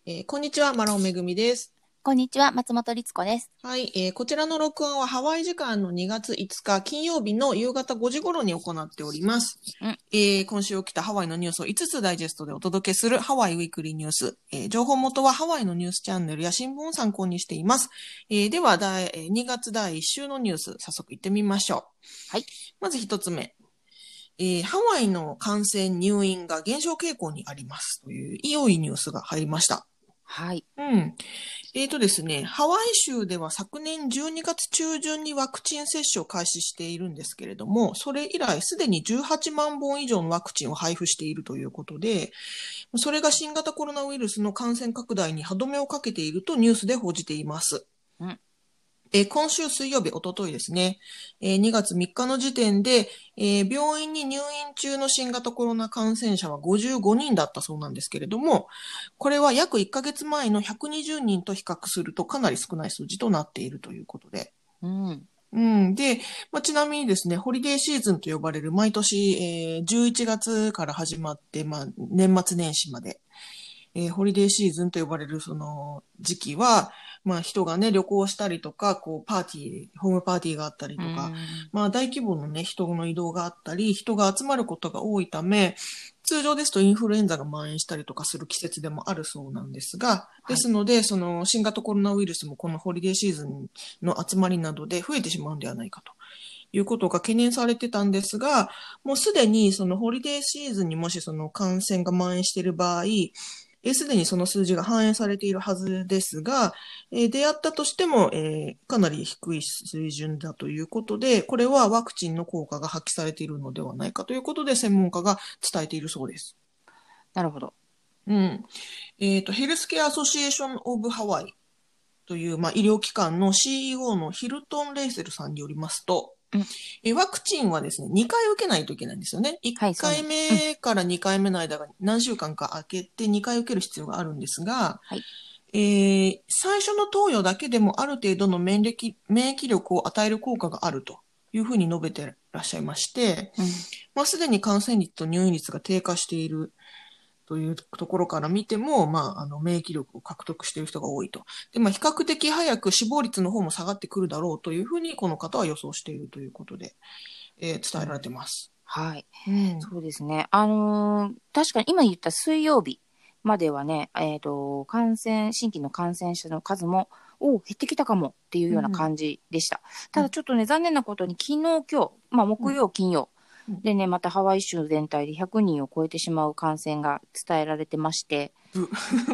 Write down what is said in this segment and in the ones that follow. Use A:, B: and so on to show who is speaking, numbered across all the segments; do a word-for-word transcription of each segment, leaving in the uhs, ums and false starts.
A: えーこんにちは、マロンめぐみです。
B: こんにちは、松本律子です。
A: はい、えーこちらの録音はハワイ時間のにがついつか金曜日の夕方ごじ頃に行っております。
B: うん、
A: えー今週起きたハワイのニュースをいつつダイジェストでお届けするハワイウィークリーニュース。えー情報元はハワイのニュースチャンネルや新聞を参考にしています。えーでは、だいえーにがつだいいっ週のニュース、早速行ってみましょう。
B: はい。
A: まず一つ目。えーハワイの感染入院が減少傾向にありますという良いニュースが入りました。
B: はい。
A: うん。えーとですね、ハワイ州では昨年じゅうにがつ中旬にワクチン接種を開始しているんですけれども、それ以来すでにじゅうはちまんぼん以上のワクチンを配布しているということで、それが新型コロナウイルスの感染拡大に歯止めをかけているとニュースで報じています。
B: うん、
A: えー今週水曜日、おとといですね、えーにがつみっかの時点で、えー病院に入院中の新型コロナ感染者はごじゅうごにんだったそうなんですけれども、これは約いっかげつまえのひゃくにじゅうにんと比較するとかなり少ない数字となっているということで。
B: うん、
A: うん、で、まあ、ちなみにですね、ホリデーシーズンと呼ばれる毎年、えーじゅういちがつから始まって、まあ、年末年始まで、えーホリデーシーズンと呼ばれるその時期は、まあ人がね、旅行したりとか、こうパーティー、ホームパーティーがあったり
B: う
A: とか、
B: ん。
A: まあ大規模のね、人の移動があったり、人が集まることが多いため、通常ですとインフルエンザが蔓延したりとかする季節でもあるそうなんですが、で
B: はい。
A: すので、その新型コロナウイルスもこのホリデーシーズンの集まりなどで増えてしまうんではないかと。いうことが懸念されてたんですが、もうすでにそのホリデーシーズンにもしその感染が蔓延している場合、すでにその数字が反映されているはずですが、えー、出会ったとしても、えーかなり低い水準だということで、これはワクチンの効果が発揮されているのではないかということで、専門家が伝えているそうです。
B: なるほど。
A: うん。えっと、ヘルスケアアソシエーションオブハワイという、まあ、医療機関の シーイーオー のヒルトン・レイセルさんによりますと、
B: うん。
A: えワクチンはですね、にかい受けないといけないんですよね。1
B: はい、そうな
A: 回
B: んです。うん。
A: 目からにかいめの間が何週間か空けてにかい受ける必要があるんですが、
B: はい。
A: えー最初の投与だけでもある程度の免疫免疫力を与える効果があるというふうに述べてらっしゃいまして、
B: うん。
A: まあ、すでに感染率と入院率が低下しているというところから見ても、まあ、あの、免疫力を獲得している人が多いと。で、まあ、比較的早く死亡率の方も下がってくるだろうというふうに、この方は予想しているということで、えー伝えられて
B: うん。
A: ます。
B: はい。
A: うん。
B: そうですね。あのー確かに今言った水曜日まではね、えっと、感染、新規の感染者の数も、おお、減ってきたかもっていうような
A: うん。
B: 感じでした。
A: うん。
B: ただちょっとね、残念なことに昨日、今日、まあ木
A: うん。
B: 曜、金曜、
A: うん。
B: でね、またハワイ州全体でひゃくにんを超えてしまう感染が伝えられてまして、
A: ぶ。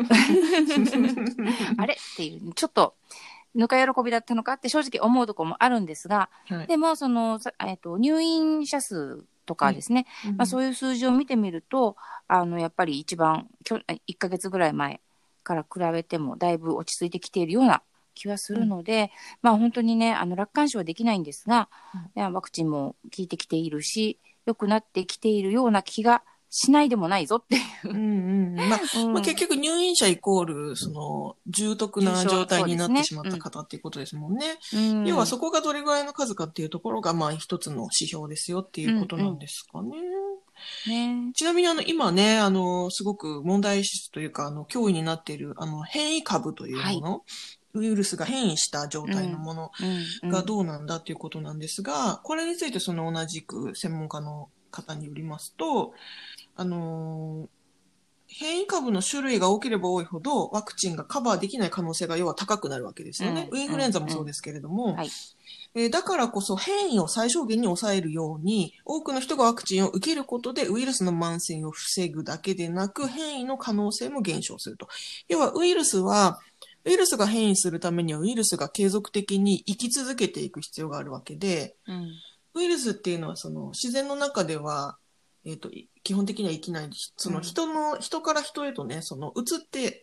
B: あれっていう、ちょっと、ぬか喜びだったのかって正直思うところもあるんですが、
A: はい。
B: でも、その、えっと、入院者数と
A: はい。
B: かですね、まあ、
A: うん。
B: そういう数字を見てみると、あの、やっぱり一番、きょいっかげつぐらい前から比べても、だいぶ落ち着いてきているような気はす
A: うん。
B: るので、まあ、本当にね、あの、楽観視はできないんですが、
A: うん。
B: いやワクチンも効いてきているし、良くなってきているような気がしないでもないぞっていう。
A: うん。うんまあ、
B: う
A: まあ、結
B: ん。
A: 局入院者イコール、その、重篤な状
B: 重症、
A: 態になって
B: そうですね。
A: しまった
B: うん。
A: 方っていうことですもんね。
B: うん。
A: 要はそこがどれぐらいの数かっていうところが、まあ、一つの指標ですよっていうこ
B: うん。うん。
A: となんですかね。
B: ね。
A: ちなみにあの、今ね、あの、すごく問題視というか、あの、脅威になっている、あの、変異株という
B: はい。
A: もの、ウイルスが変異した状
B: うん。
A: 態のもの
B: うん。うん。
A: がどうなんだということなんですが、これについてその同じく専門家の方によりますと、あの、変異株の種類が多ければ多いほど、ワクチンがカバーできない可能性が要は高くなるわけですよね。
B: うん。
A: インフルエン
B: うん。うん。
A: ザもそうですけれども、
B: はい。
A: えーだからこそ変異を最小限に抑えるように、多くの人がワクチンを受けることでウイルスの慢性を防ぐだけでなく、変異の可能性も減少すると。要はウイルスは、ウイルスが変異するためにはウイルスが継続的に生き続けていく必要があるわけで、
B: うん。
A: ウイルスっていうのはその自然の中では、えっ、と、基本的には生きない。その
B: うん。
A: 人の、人から人へとね、その移って、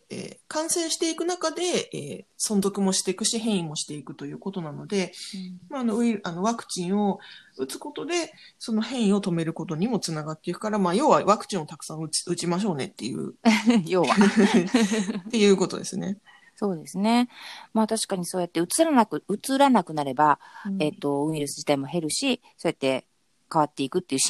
A: えー感染していく中で、えー存続もしていくし、変異もしていくということなので、
B: うん。
A: まあ、あのウイルあのワクチンを打つことで、その変異を止めることにもつながっていくから、まあ、要はワクチンをたくさん打ち打ちましょうねっていう、
B: 要は。
A: っていうことですね。
B: そうですね。まあ確かにそうやって移らなく、移らなくなれば、
A: うん。
B: えっと、ウイルス自体も減るし、そうやって変わっていくっていう進化を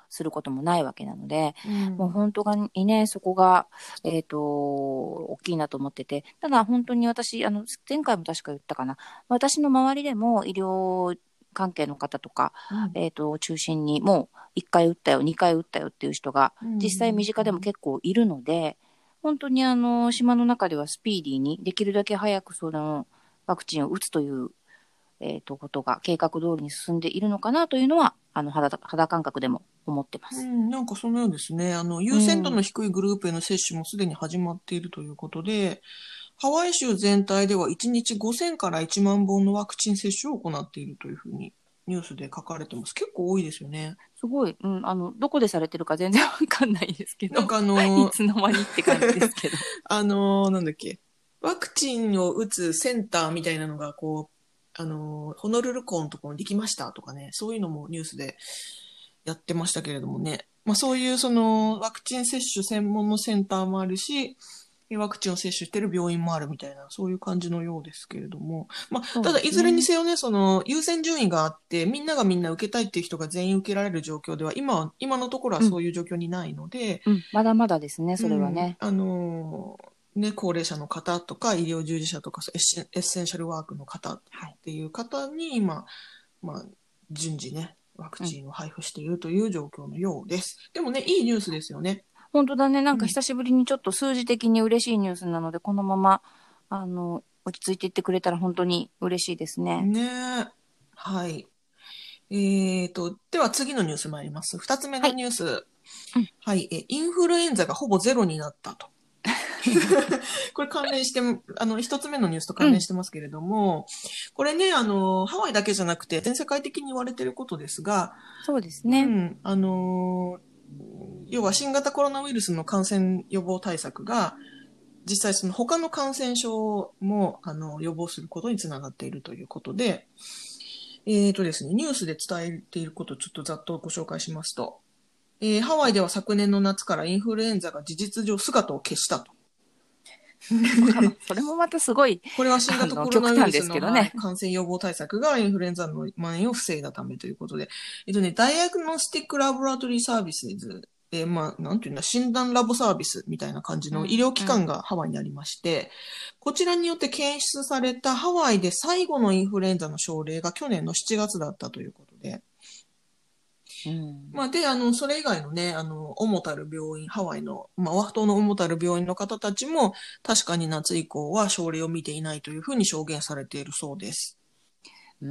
B: することもないわけなので、
A: うん、
B: もう本当にね、そこが、えっと、大きいなと思ってて、ただ本当に私、あの、前回も確か言ったかな、私の周りでも医療関係の方とか、
A: うん、
B: えっと、中心にもういっかい打ったよ、にかい打ったよっていう人が、
A: うん、
B: 実際身近でも結構いるので、本当にあの、島の中ではスピーディーに、できるだけ早くその、ワクチンを打つという、えっと、ことが計画通りに進んでいるのかなというのは、あの、肌、肌感覚でも思ってます。
A: うん、なんかそのようですね。あの、優先度の低いグループへの接種もすでに始まっているということで、ハワイ州全体ではいちにちごせんからいちまんぼんのワクチン接種を行っているというふうにニュースで書かれてます。結構多いですよね。
B: すごい、うん、あの、どこでされてるか全然わかんないですけど、
A: なんかあの
B: いつの間にって感じですけど。
A: あのなんだっけ、ワクチンを打つセンターみたいなのが、こう、あのホノルル港のところにできましたとかね、そういうのもニュースでやってましたけれどもね。まあそういうそのワクチン接種専門のセンターもあるし、ワクチンを接種している病院もあるみたいな、そういう感じのようですけれども。まあ、ただ、いずれにせよね、その、優先順位があって、みんながみんな受けたいっていう人が全員受けられる状況では、今は、今のところはそういう状況にないので、
B: うん、うん、まだまだですね、それはね。
A: うん、あのー、ね、高齢者の方とか、医療従事者とか、エッシエッセンシャルワークの方っていう方に、今、まあ、順次ね、ワクチンを配布しているという状況のようです。うん、でもね、いいニュースですよね。
B: 本当だね。なんか久しぶりにちょっと数字的に嬉しいニュースなので、うん、このまま、あの、落ち着いていってくれたら本当に嬉しいですね。
A: ね、はい。えーと、では次のニュース参ります。二つ目のニュース。はい。うん、はい、え、インフルエンザがほぼゼロになったと。これ関連して、あの、一つ目のニュースと関連してますけれども、うん、これね、あの、ハワイだけじゃなくて、全世界的に言われていることですが、
B: そうですね。
A: うん、あの、要は新型コロナウイルスの感染予防対策が、実際その他の感染症も、あの、予防することにつながっているということで、えーとですね、ニュースで伝えていることをちょっとざっとご紹介しますと、えー、ハワイでは昨年の夏からインフルエンザが事実上姿を消したと。
B: それもまたすごい、
A: これは新型コロナウイルスの、ね、感染予防対策がインフルエンザの蔓延を防いだためということで、えっとね、ダイアグノスティックラボラトリーサービスで、まあ、なんていうんだ、診断ラボサービスみたいな感じの医療機関がハワイにありまして、うんうん、こちらによって検出されたハワイで最後のインフルエンザの症例が去年のしちがつだったということで、うん、まあ、で、あの、それ以外のね、あの、主たる病院、ハワイの、まあ、オアフ島の主たる病院の方たちも、確かに夏以降は症例を見ていないというふうに証言されているそうです。
B: うん。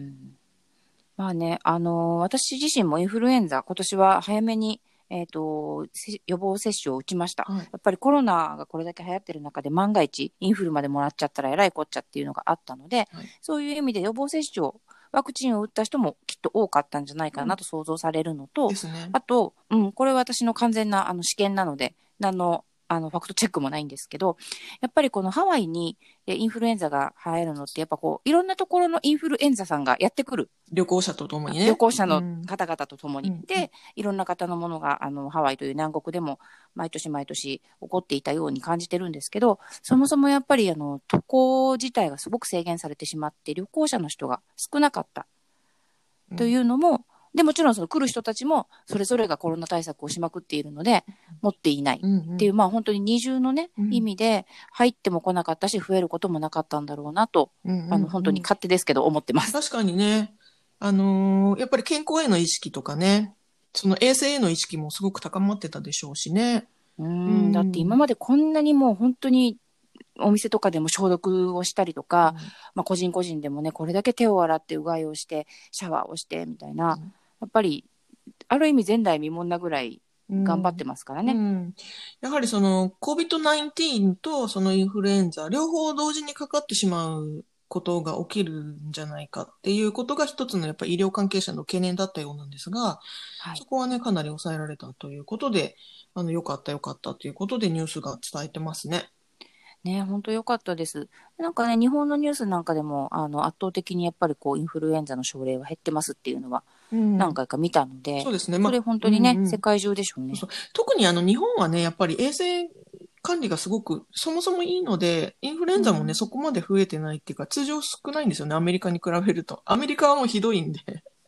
B: まあね、あのー、私自身もインフルエンザ、今年は早めに、えっと、予防接種を打ちました。はい、やっぱりコロナがこれだけ流行ってる中で、万が一、インフルまでもらっちゃったらえらいこっちゃっていうのがあったので、はい、そういう意味で予防接種を、ワクチンを打った人もきっと多かったんじゃないかなと想像されるのと、うんですね、あと、うん、これは私の完全なあの試験なので、何のあのファクトチェックもないんですけど、やっぱりこのハワイにインフルエンザが流行るのって、やっぱこういろんなところのインフルエンザさんがやってくる。
A: 旅行者とともにね。
B: 旅行者の方々とともに。うん、で、
A: うん、
B: いろんな方のものがあのハワイという南国でも毎年毎年起こっていたように感じてるんですけど、そもそもやっぱりあの渡航自体がすごく制限されてしまって、旅行者の人が少なかったというのも、うん、で、もちろんその来る人たちもそれぞれがコロナ対策をしまくっているので、持っていないっていう、うんうん、まあ本当に二重のね、うん、意味で入っても来なかったし、増えることもなかったんだろうなと、うんうんうん、あの本当に勝手ですけど思ってます。
A: 確かにね、あのー、やっぱり健康への意識とかね、その衛生への意識もすごく高まってたでしょうしね。
B: うん、だって今までこんなにもう本当にお店とかでも消毒をしたりとか、うん、まあ個人個人でもね、これだけ手を洗ってうがいをして、シャワーをしてみたいな、うん、やっぱり、ある意味前代未聞なぐらい頑張ってますからね。うんうん、
A: やはりその コービッドナインティーン とそのインフルエンザ、両方同時にかかってしまうことが起きるんじゃないかっていうことが一つのやっぱり医療関係者の懸念だったようなんですが、はい、そこはね、かなり抑えられたということで、あの、よかったよかったということでニュースが伝えてますね。
B: ね、本当良かったです。なんかね、日本のニュースなんかでも、あの、圧倒的にやっぱりこう、インフルエンザの症例は減ってますっていうのは、何回か見たので、うん、そうですね。まあ、それ本当にね、うんうん、世界中でしょうね。
A: そうそう。特にあの、日本はね、やっぱり衛生管理がすごく、そもそもいいので、インフルエンザもね、うん、そこまで増えてないっていうか、通常少ないんですよね、アメリカに比べると。アメリカはもうひどいんで。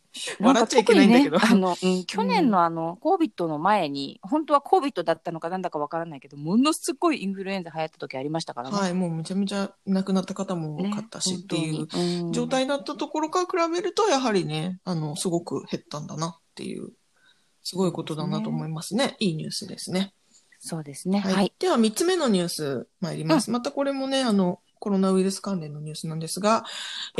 B: なんか
A: 笑っちゃいけないんだけど。
B: 特にね、あの、うん、去年のあの、コービットの前に、本当はコービットだったのかなんだかわからないけど、ものすごいインフルエンザ流行った時ありましたからね。
A: はい、もうめちゃめちゃ亡くなった方も多かったし、
B: ね、
A: っていう
B: うん、
A: 状態だったところから比べると、やはりね、あの、すごく減ったんだなっていう、すごいことだなと思いますね。いいニュースですね。
B: そうですね。
A: はい。
B: はい。
A: では、三つ目のニュース参ります。
B: うん、
A: またこれもね、あの、コロナウイルス関連のニュースなんですが、
B: はい、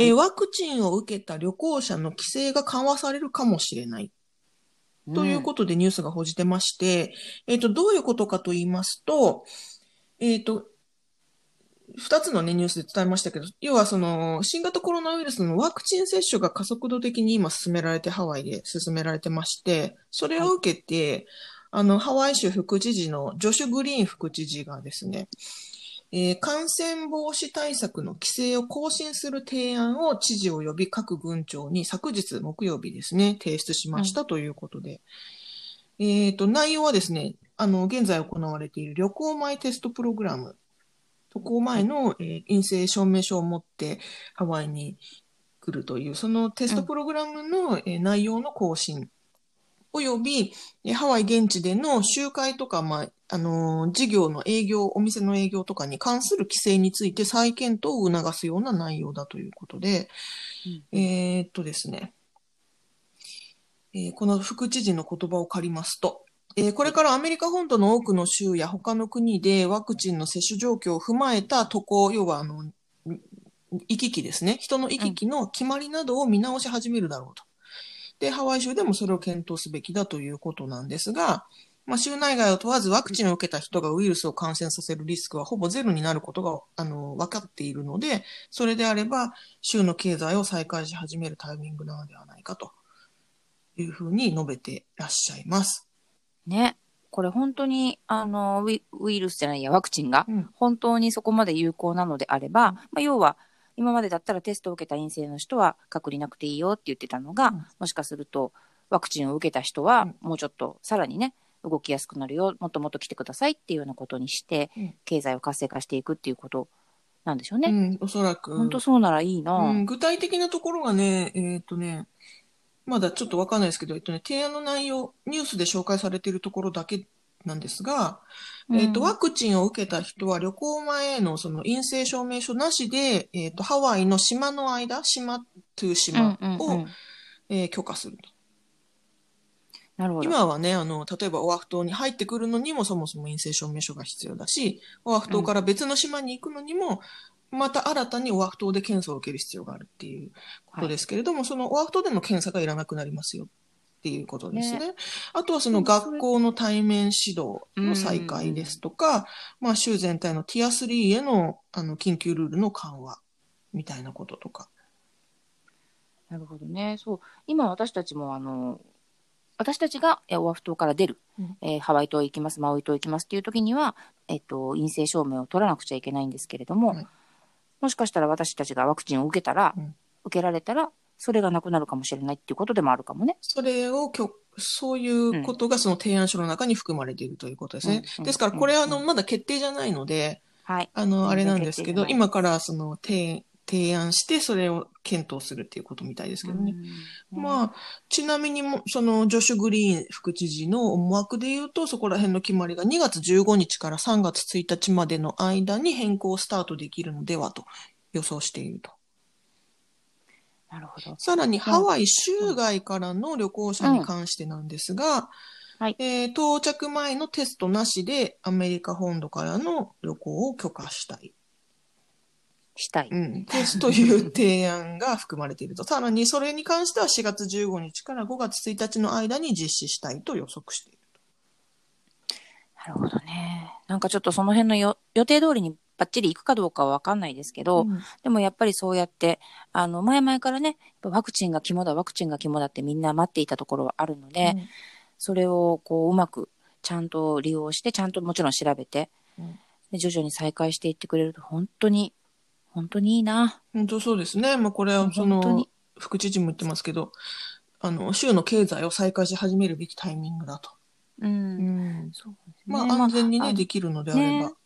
A: えーワクチンを受けた旅行者の規制が緩和されるかもしれない。ということでニュースが報じてまして、えっ、と、どういうことかと言いますと、えっ、と、二つのね、ニュースで伝えましたけど、要はその、新型コロナウイルスのワクチン接種が加速度的に今進められて、ハワイで進められてまして、それを受けて、あの、ハワイ州副知事のジョシュ・グリーン副知事がですね、えー感染防止対策の規制を更新する提案を知事を呼び各郡長に昨日木曜日ですね、提出しましたということで、えっと、内容はですね、あの、現在行われている旅行前テストプログラム、渡航前の、えー陰性証明書を持ってハワイに来るという、そのテストプログラムの、えー内容の更新、および、えーハワイ現地での集会とか、まあ、あのー事業の営業、お店の営業とかに関する規制について再検討を促すような内容だということで、
B: うん
A: えーっとですね、えーこの副知事の言葉を借りますと、えーこれからアメリカ本土の多くの州や他の国でワクチンの接種状況を踏まえた渡航、要はあの、行き来ですね。人の行き来の決まりなどを見直し始めるだろうと。で、ハワイ州でもそれを検討すべきだということなんですが、まあ、州内外を問わずワクチンを受けた人がウイルスを感染させるリスクはほぼゼロになることが、あの、分かっているので、それであれば、州の経済を再開し始めるタイミングなのではないかというふうに述べていらっしゃいます。
B: ね。これ本当に、あの、ウイ、ウイルスじゃないや、ワクチンが
A: うん
B: 本当にそこまで有効なのであれば、まあ、要は、今までだったらテストを受けた陰性の人は隔離なくていいよって言ってたのが、
A: うん
B: もしかするとワクチンを受けた人はもうちょっとさらにね、動きやすくなるよ、もっともっと来てくださいっていうようなことにして、
A: うん
B: 経済を活性化していくっていうことなんでしょうね。
A: うん、おそらく。
B: 本当そうならいいな、
A: うん、具体的なところがね、えっとね、まだちょっとわかんないですけど、えっとね、提案の内容、ニュースで紹介されているところだけなんですが、
B: うん、
A: えっと、ワクチンを受けた人は旅行前のその陰性証明書なしで、えっと、ハワイの島の間、島という島
B: うんうんう
A: を、
B: ん、
A: えー許可すると。
B: なるほど。
A: 今はね、あの、例えばオアフ島に入ってくるのにもそもそも陰性証明書が必要だし、オアフ島から別の島に行くのにも、また新たにオアフ島で検査を受ける必要があるっていうことですけれども、はい、そのオアフ島での検査がいらなくなりますよっていうことですね。ね、あとはその学校の対面指導の再開ですとか、まあ州全体のティアスリーへのあの緊急ルールの緩和みたいなこととか。
B: なるほどね。そう。今私たちもあの、私たちがオアフ島から出る、うんえー、ハワイ島行きます、マウイ島行きますっていう時には、えっと、陰性証明を取らなくちゃいけないんですけれども、はい、もしかしたら私たちがワクチンを受けたら、うん、受けられたら、それがなくなるかもしれないっていうことでもあるかもね。
A: それをきょ、そういうことがその提案書の中に含まれているということですね。うん、ですから、これはあの、まだ決定じゃないので、はい、あの、あれなんですけど、今からその提、提案して、それを検討するっていうことみたいですけどね。うん、まあ、ちなみにも、その、ジョシュ・グリーン副知事の思惑で言うと、そこら辺の決まりがにがつじゅうごにちからさんがつついたちまでの間に変更スタートできるのではと予想していると。
B: なるほど。
A: さらに、ハワイ州外からの旅行者に関してなんですが、うんはいえー、到着前のテストなしでアメリカ本土からの旅行を許可したい。
B: したい。
A: うん。です。という提案が含まれていると。さらに、それに関してはしがつじゅうごにちからごがつついたちの間に実施したいと予測している
B: と。なるほどね。なんかちょっとその辺のよ予定通りにバッチリ行くかどうかはわかんないですけど、うん、でもやっぱりそうやって、あの、前々からね、ワクチンが肝だ、ワクチンが肝だってみんな待っていたところはあるので、うん、それをこう、うまくちゃんと利用して、ちゃんともちろん調べて、うん、で徐々に再開していってくれると本当に本当にいいな。
A: 本当そうですね。まあこれはその副知事も言ってますけど、あの州の経済を再開し始めるべきタイミングだと。
B: うん。うん、そうですね。
A: まあ安全にね、まあ、できるのであれば。ね、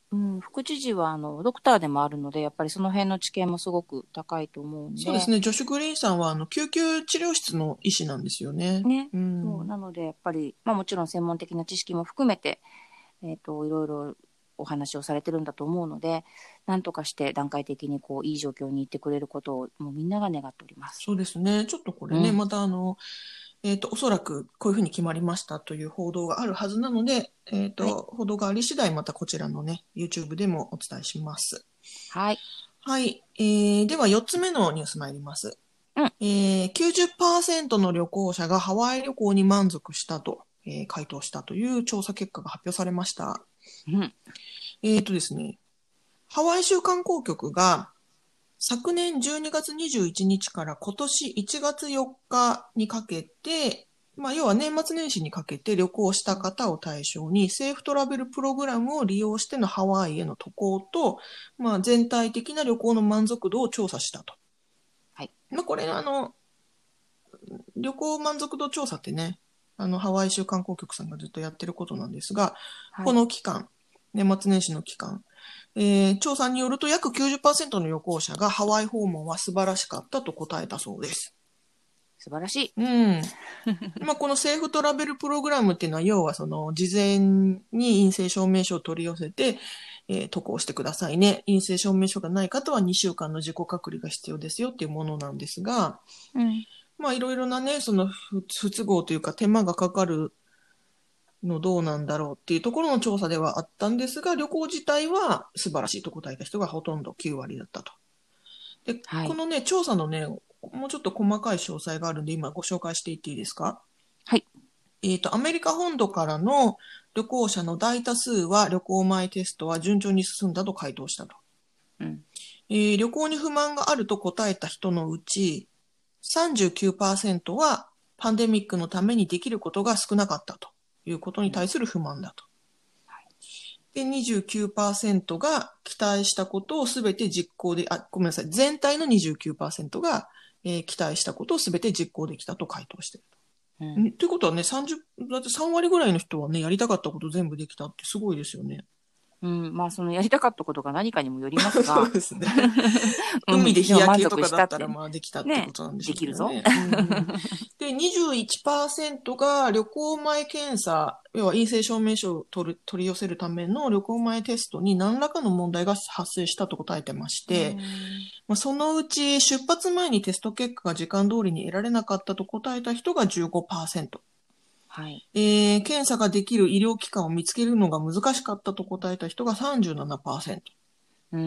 B: うん、副知事はあのドクターでもあるので、やっぱりその辺の知見もすごく高いと思うんで。
A: そうですね。ジョシュ・グリーンさんはあの救急治療室の医師なんですよね。
B: ね、
A: うん、
B: そうなのでやっぱり、まあ、もちろん専門的な知識も含めて、えーと、いろいろお話をされてるんだと思うので、なんとかして段階的にこういい状況に行ってくれることをもうみんなが願っております。
A: そうですね。ちょっとこれね、
B: うん、
A: またあの、えっと、おそらくこういうふうに決まりましたという報道があるはずなので、えっと、はい、報道があり次第またこちらのね、YouTube でもお伝えします。
B: はい。
A: はい。えー、ではよっつめのニュース参ります。
B: うん、
A: えー、きゅうじゅっパーセント の旅行者がハワイ旅行に満足したと、えー、回答したという調査結果が発表されました。
B: うん、
A: えっとですね、ハワイ州観光局が昨年じゅうにがつにじゅういちにちから今年いちがつよっかにかけて、まあ、要は年末年始にかけて旅行した方を対象に、セーフトラベルプログラムを利用してのハワイへの渡航と、まあ、全体的な旅行の満足度を調査したと。
B: はい。
A: まあ、これ、あの、旅行満足度調査ってね、あの、ハワイ州観光局さんがずっとやってることなんですが、はい、この期間、年末年始の期間、えー、調査によると約 きゅうじゅっパーセント の旅行者がハワイ訪問は素晴らしかったと答えたそうです。
B: 素晴らしい。
A: うん。まあこのセーフトラベルプログラムっていうのは、要はその事前に陰性証明書を取り寄せて、えー、渡航してくださいね。陰性証明書がない方はにしゅうかんの自己隔離が必要ですよっていうものなんですが、
B: うん、
A: まあいろいろなね、その不都合というか手間がかかるのどうなんだろうっていうところの調査ではあったんですが、旅行自体は素晴らしいと答えた人がほとんどきゅうわりだったと。で、はい、このね、調査のね、もうちょっと細かい詳細があるんで、今ご紹介していっていいですか？
B: はい。
A: えっと、アメリカ本土からの旅行者の大多数は旅行前テストは順調に進んだと回答したと。
B: うん、
A: えー、旅行に不満があると答えた人のうち、さんじゅうきゅうパーセント はパンデミックのためにできることが少なかったということに対する不満だと。で、にじゅうきゅうパーセント が期待したことをすべて実行で、あ、ごめんなさい。全体の にじゅうきゅうパーセント が、えー、期待したことをすべて実行できたと回答していると。うん、ということはね、さんじゅう、だってさんわりぐらいの人はね、やりたかったこと全部できたってすごいですよね。
B: うん、まあそのやりたかったことが何かにもよりますが。
A: そうですね。海で日焼けとかだったらまあできたってことなんでしょうけどね。ねできるぞ。うん、で、にじゅういちパーセント が旅行前検査、要は陰性証明書を取る取り寄せるための旅行前テストに何らかの問題が発生したと答えてまして、まあ、そのうち出発前にテスト結果が時間通りに得られなかったと答えた人が じゅうごパーセント。はい。えー、検査ができる医療機関を見つけるのが難しかったと答えた人が さんじゅうななパーセント。うん。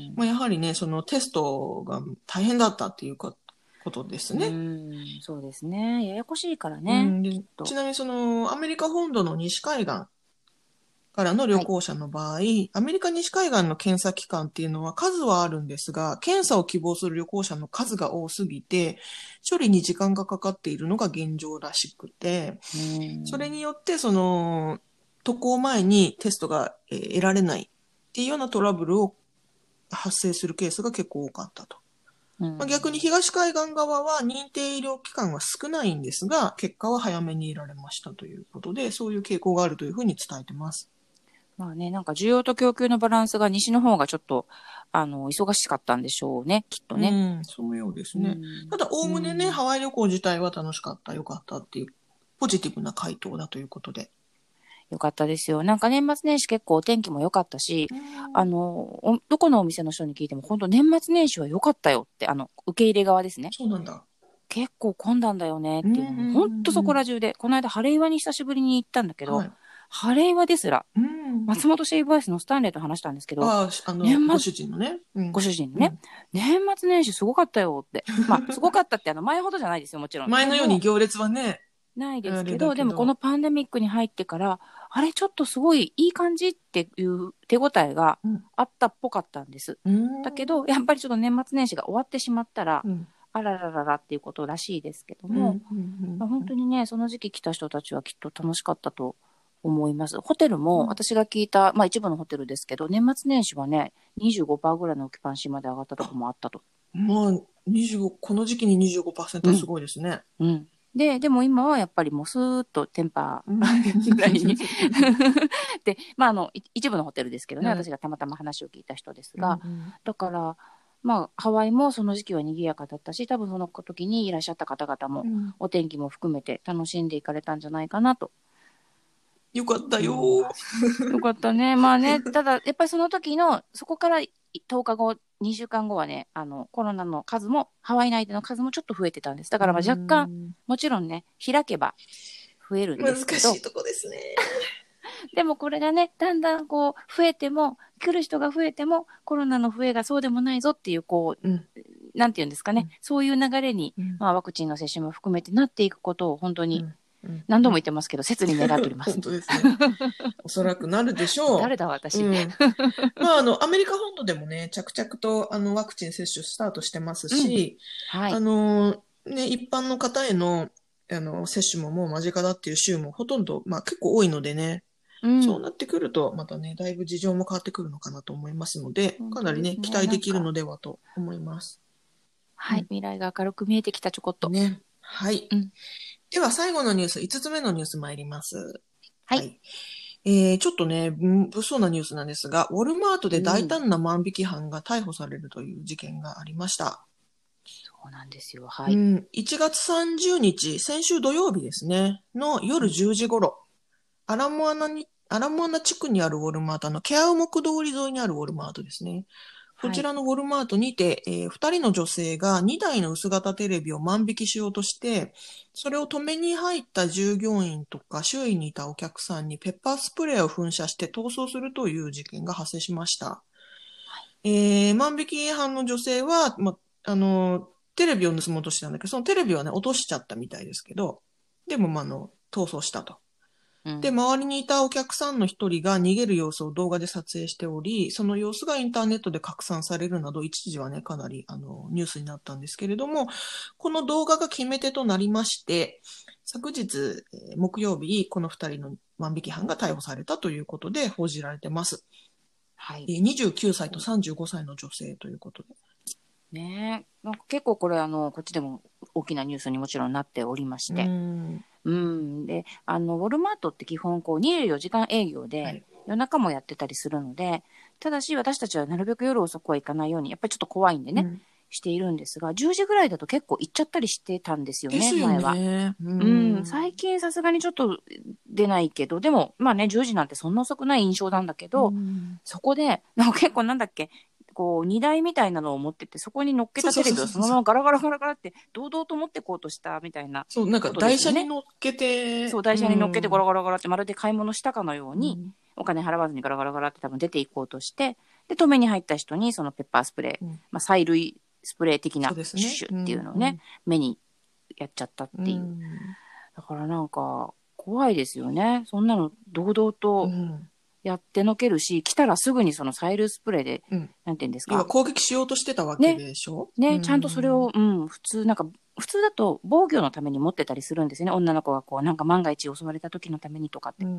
A: まあ、やはりね、そのテストが大変だったっていうことですね。
B: うん、そうですね。ややこしいからね。うん、
A: でちなみにそのアメリカ本土の西海岸からの旅行者の場合、はい、アメリカ西海岸の検査機関っていうのは数はあるんですが、検査を希望する旅行者の数が多すぎて、処理に時間がかかっているのが現状らしくて、それによってその渡航前にテストが得られないっていうようなトラブルを発生するケースが結構多かったと。まあ、逆に東海岸側は認定医療機関は少ないんですが、結果は早めに得られましたということで、そういう傾向があるというふうに伝えてます。
B: まあね、なんか需要と供給のバランスが西の方がちょっと、あの、忙しかったんでしょうね、きっとね。
A: うん、そのようですね。ただ、おおむねね、ハワイ旅行自体は楽しかった、良かったっていう、ポジティブな回答だということで。
B: よかったですよ。なんか年末年始結構お天気も良かったし、あの、どこのお店の人に聞いても、本当年末年始は良かったよって、あの、受け入れ側ですね。
A: そうなんだ。
B: 結構混んだんだよねっていうのも、本当そこら中で、この間、晴れ岩に久しぶりに行ったんだけど、はい、晴れ岩ですら、松本シェイブアイスのスタンレーと話したんですけど、
A: ああの年末ご主人のね、
B: うん、ご主人のね、うん、年末年始すごかったよって。まあ、すごかったってあの前ほどじゃないですよ、もちろん。
A: 前のように行列はね。
B: ないですけど、でもこのパンデミックに入ってから、あれちょっとすごいいい感じっていう手応えがあったっぽかったんです。うん、だけど、やっぱりちょっと年末年始が終わってしまったら、うん、あららららっていうことらしいですけども、うんうんうんまあ、本当にね、その時期来た人たちはきっと楽しかったと思います。ホテルも私が聞いた、まあ一部のホテルですけど、年末年始はね、にじゅうごパーセント ぐらいのオキュパンシーまで上がったところもあったと。
A: もうにじゅうご、この時期に にじゅうごパーセント はすごいですね。
B: うん。うんで、でも今はやっぱりもうスーッとテンパーぐらいに。で、まああの、一部のホテルですけどね、はい、私がたまたま話を聞いた人ですが、うんうん、だから、まあ、ハワイもその時期は賑やかだったし、多分その時にいらっしゃった方々も、うん、お天気も含めて楽しんでいかれたんじゃないかなと。
A: よかったよ、
B: うん、よかったね。まあね、ただ、やっぱりその時の、そこからとおかご、にしゅうかんごはね、あの、コロナの数も、ハワイ内での数もちょっと増えてたんです。だからまあ若干、もちろんね、開けば増えるんですけど。
A: 難しいとこですね。
B: でもこれがね、だんだんこう、増えても、来る人が増えても、コロナの増えがそうでもないぞっていう、こう、うん、なんていうんですかね、うん、そういう流れに、うん、まあワクチンの接種も含めてなっていくことを本当に、何度も言ってますけど、切に願っております。
A: 本当ですね。おそらくなるでしょう。
B: 誰だ私。うん、
A: まあ、あの、アメリカ本土でもね、着々と、あの、ワクチン接種スタートしてますし、うん、はい、あの、ね、一般の方への、あの、接種ももう間近だっていう州もほとんど、まあ結構多いのでね、うん、そうなってくると、またね、だいぶ事情も変わってくるのかなと思いますので、かなりね、期待できるのではと思います。
B: はい、うん、未来が明るく見えてきたちょこっと。
A: ね。はい。うん、では、最後のニュース、いつつめのニュース参ります。
B: はい。はい、
A: えー、ちょっとね、物騒なニュースなんですが、ウォルマートで大胆な万引き犯が逮捕されるという事件がありました。
B: そうなんですよ。はい。
A: うん、いちがつさんじゅうにち、先週土曜日ですね、の夜じゅうじ頃、うん、アラモアナに、アラモアナ地区にあるウォルマートのケアウモク通り沿いにあるウォルマートですね。こちらのウォルマートにて、はい、えー、ふたりの女性がにだいの薄型テレビを万引きしようとして、それを止めに入った従業員とか周囲にいたお客さんにペッパースプレーを噴射して逃走するという事件が発生しました。はい、えー、万引き犯の女性は、ま、あの、テレビを盗もうとしてたんだけど、そのテレビはね、落としちゃったみたいですけど、でも、まあの、逃走したと。で、周りにいたお客さんの一人が逃げる様子を動画で撮影しており、その様子がインターネットで拡散されるなど、一時はね、かなりあのニュースになったんですけれども、この動画が決め手となりまして、昨日、えー、木曜日、この二人の万引き犯が逮捕されたということで報じられてます。はい。えー、にじゅうきゅうさいとさんじゅうごさいの女性ということで。
B: ねえ、なんか結構これあのこっちでも大きなニュースにもちろんなっておりまして、うん、うん、であのウォルマートって基本こうにじゅうよじかん営業で、はい、夜中もやってたりするので、ただし私たちはなるべく夜遅くは行かないようにやっぱりちょっと怖いんでね、うん、しているんですが、じゅうじぐらいだと結構行っちゃったりしてたんですよね。
A: ですよね。
B: 前は、うん、うん、最近さすがにちょっと出ないけど、でもまあねじゅうじなんてそんな遅くない印象なんだけど、うん、そこでなんか結構なんだっけ。こう荷台みたいなのを持ってて、そこに乗っけたテレビをそのままガラガラガラガラって堂々と持ってこうとしたみたいな、
A: そう、なんか台車に乗っけて、
B: そう、台車に乗っけてガラガラガラってまるで買い物したかのように、うん、お金払わずにガラガラガラって多分出ていこうとして、で止めに入った人にそのペッパースプレー、うん、まあ催涙スプレー的なシュッシュっていうのをね、ね、うん、目にやっちゃったっていう、うん、だからなんか怖いですよね。そんなの堂々と、うんやってのけるし、来たらすぐにその催涙スプレーで、うん、なんていうんですか。
A: 要は攻撃しようとしてたわけでしょ
B: ね、ね、ちゃんとそれを、うん、普通、なんか、普通だと防御のために持ってたりするんですよね。女の子がこう、なんか万が一襲われた時のためにとかって、うん、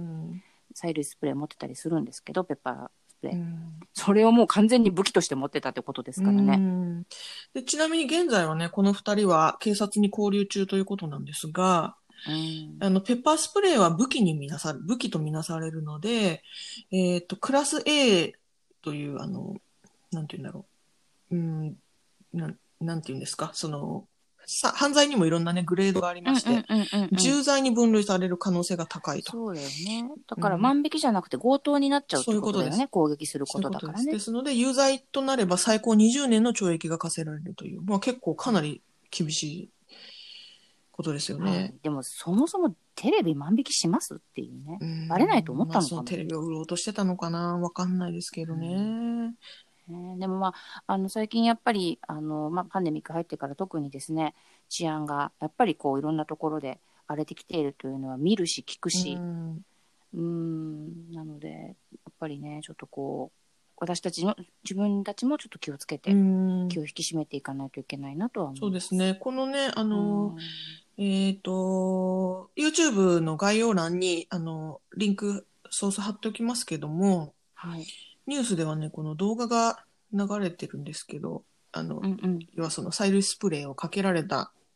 B: 催涙スプレー持ってたりするんですけど、ペッパースプレー。うん、それをもう完全に武器として持ってたってことですからね。うん、
A: でちなみに現在はね、この二人は警察に勾留中ということなんですが、うん、あの、ペッパースプレーは武器にみなされ、武器とみなされるので、えっと、クラス A という、あの、なんて言うんだろう。うん、なん、なんて言うんですか。その、さ、犯罪にもいろんなね、グレードがありまして、重罪に分類される可能性が高いと。
B: そうだよね。だから万引きじゃなくて強盗になっちゃうってことだよね。そういうことです。攻撃することだからね。
A: ですので、有罪となれば最高にじゅうねんの懲役が課せられるという、まあ結構かなり厳しい。ことですよね、はい、
B: でもそもそもテレビ万引きしますっていうね、うんバレないと思ったのかな、まあ、その
A: テレビを売ろうとしてたのかな、わかんないですけどね、うん
B: ね、でもまああの最近やっぱりあの、まあ、パンデミック入ってから特にですね、治安がやっぱりこういろんなところで荒れてきているというのは見るし聞くし、うんうんなのでやっぱりねちょっとこう私たちの自分たちもちょっと気をつけて気を引き締めていかないといけないなとは思います。
A: そうですね。このねあのえっと YouTube の概要欄にあのリンクソース貼っておきますけども、はい、ニュースではねこの動画が流れてるんですけど、あの、うんうん、要はその催涙スプレーをかけられた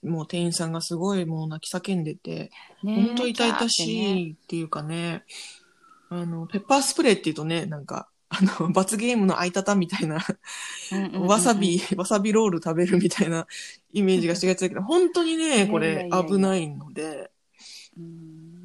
A: もう店員さんがすごいもう泣き叫んでて、
B: ね、
A: 本当痛々しいっていうかね、あの、ペッパースプレーって言うとね、なんか、あの、罰ゲームのあいたたみたいな、わさび、わさびロール食べるみたいなイメージがしがちだけど、本当にね、これ危ないので。
B: うん、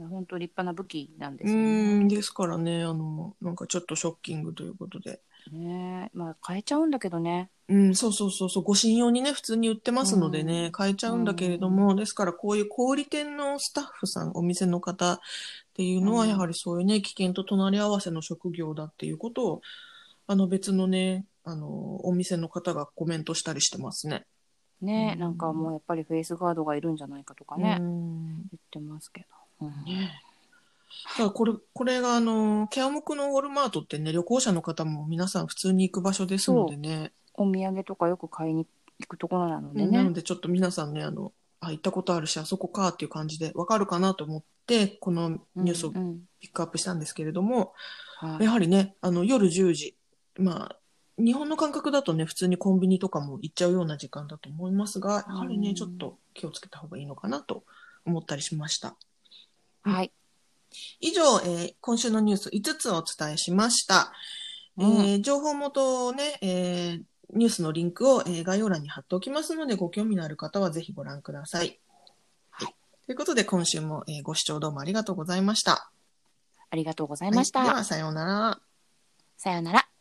B: 本当立派な武器なんです
A: よね。
B: ね。
A: うん、ですからね、あの、なんかちょっとショッキングということで。
B: ねえ、まあ買えちゃうんだけどね。
A: うん、そうそうそうそう、護身用にね、普通に売ってますのでね、買えちゃうんだけれども、ですからこういう小売店のスタッフさん、お店の方っていうのは、やはりそういうね、危険と隣り合わせの職業だっていうことを、あの別のね、あの、お店の方がコメントしたりしてますね。
B: ねえ、なんかもうやっぱりフェイスガードがいるんじゃないかとかね、
A: うん
B: 言ってますけど。うん、
A: ねだからこれ、これがあの、ケアモクのウォルマートってね、旅行者の方も皆さん普通に行く場所ですのでね。
B: お土産とかよく買いに行くところなのでね。
A: なのでちょっと皆さんね、あの、あ、行ったことあるし、あそこかっていう感じでわかるかなと思って、このニュースをピックアップしたんですけれども、うんうん、やはりね、あの、夜じゅうじ、まあ、日本の感覚だとね、普通にコンビニとかも行っちゃうような時間だと思いますが、やはりね、ちょっと気をつけた方がいいのかなと思ったりしました。
B: はい。
A: 以上、えー、今週のニュースいつつお伝えしました。うん、えー、情報元をね、えー、ニュースのリンクを、えー、概要欄に貼っておきますので、ご興味のある方はぜひご覧ください。はい。ということで、今週も、えー、ご視聴どうもありがとうございました。
B: ありがとうございました。
A: はい、では、さようなら。
B: さようなら。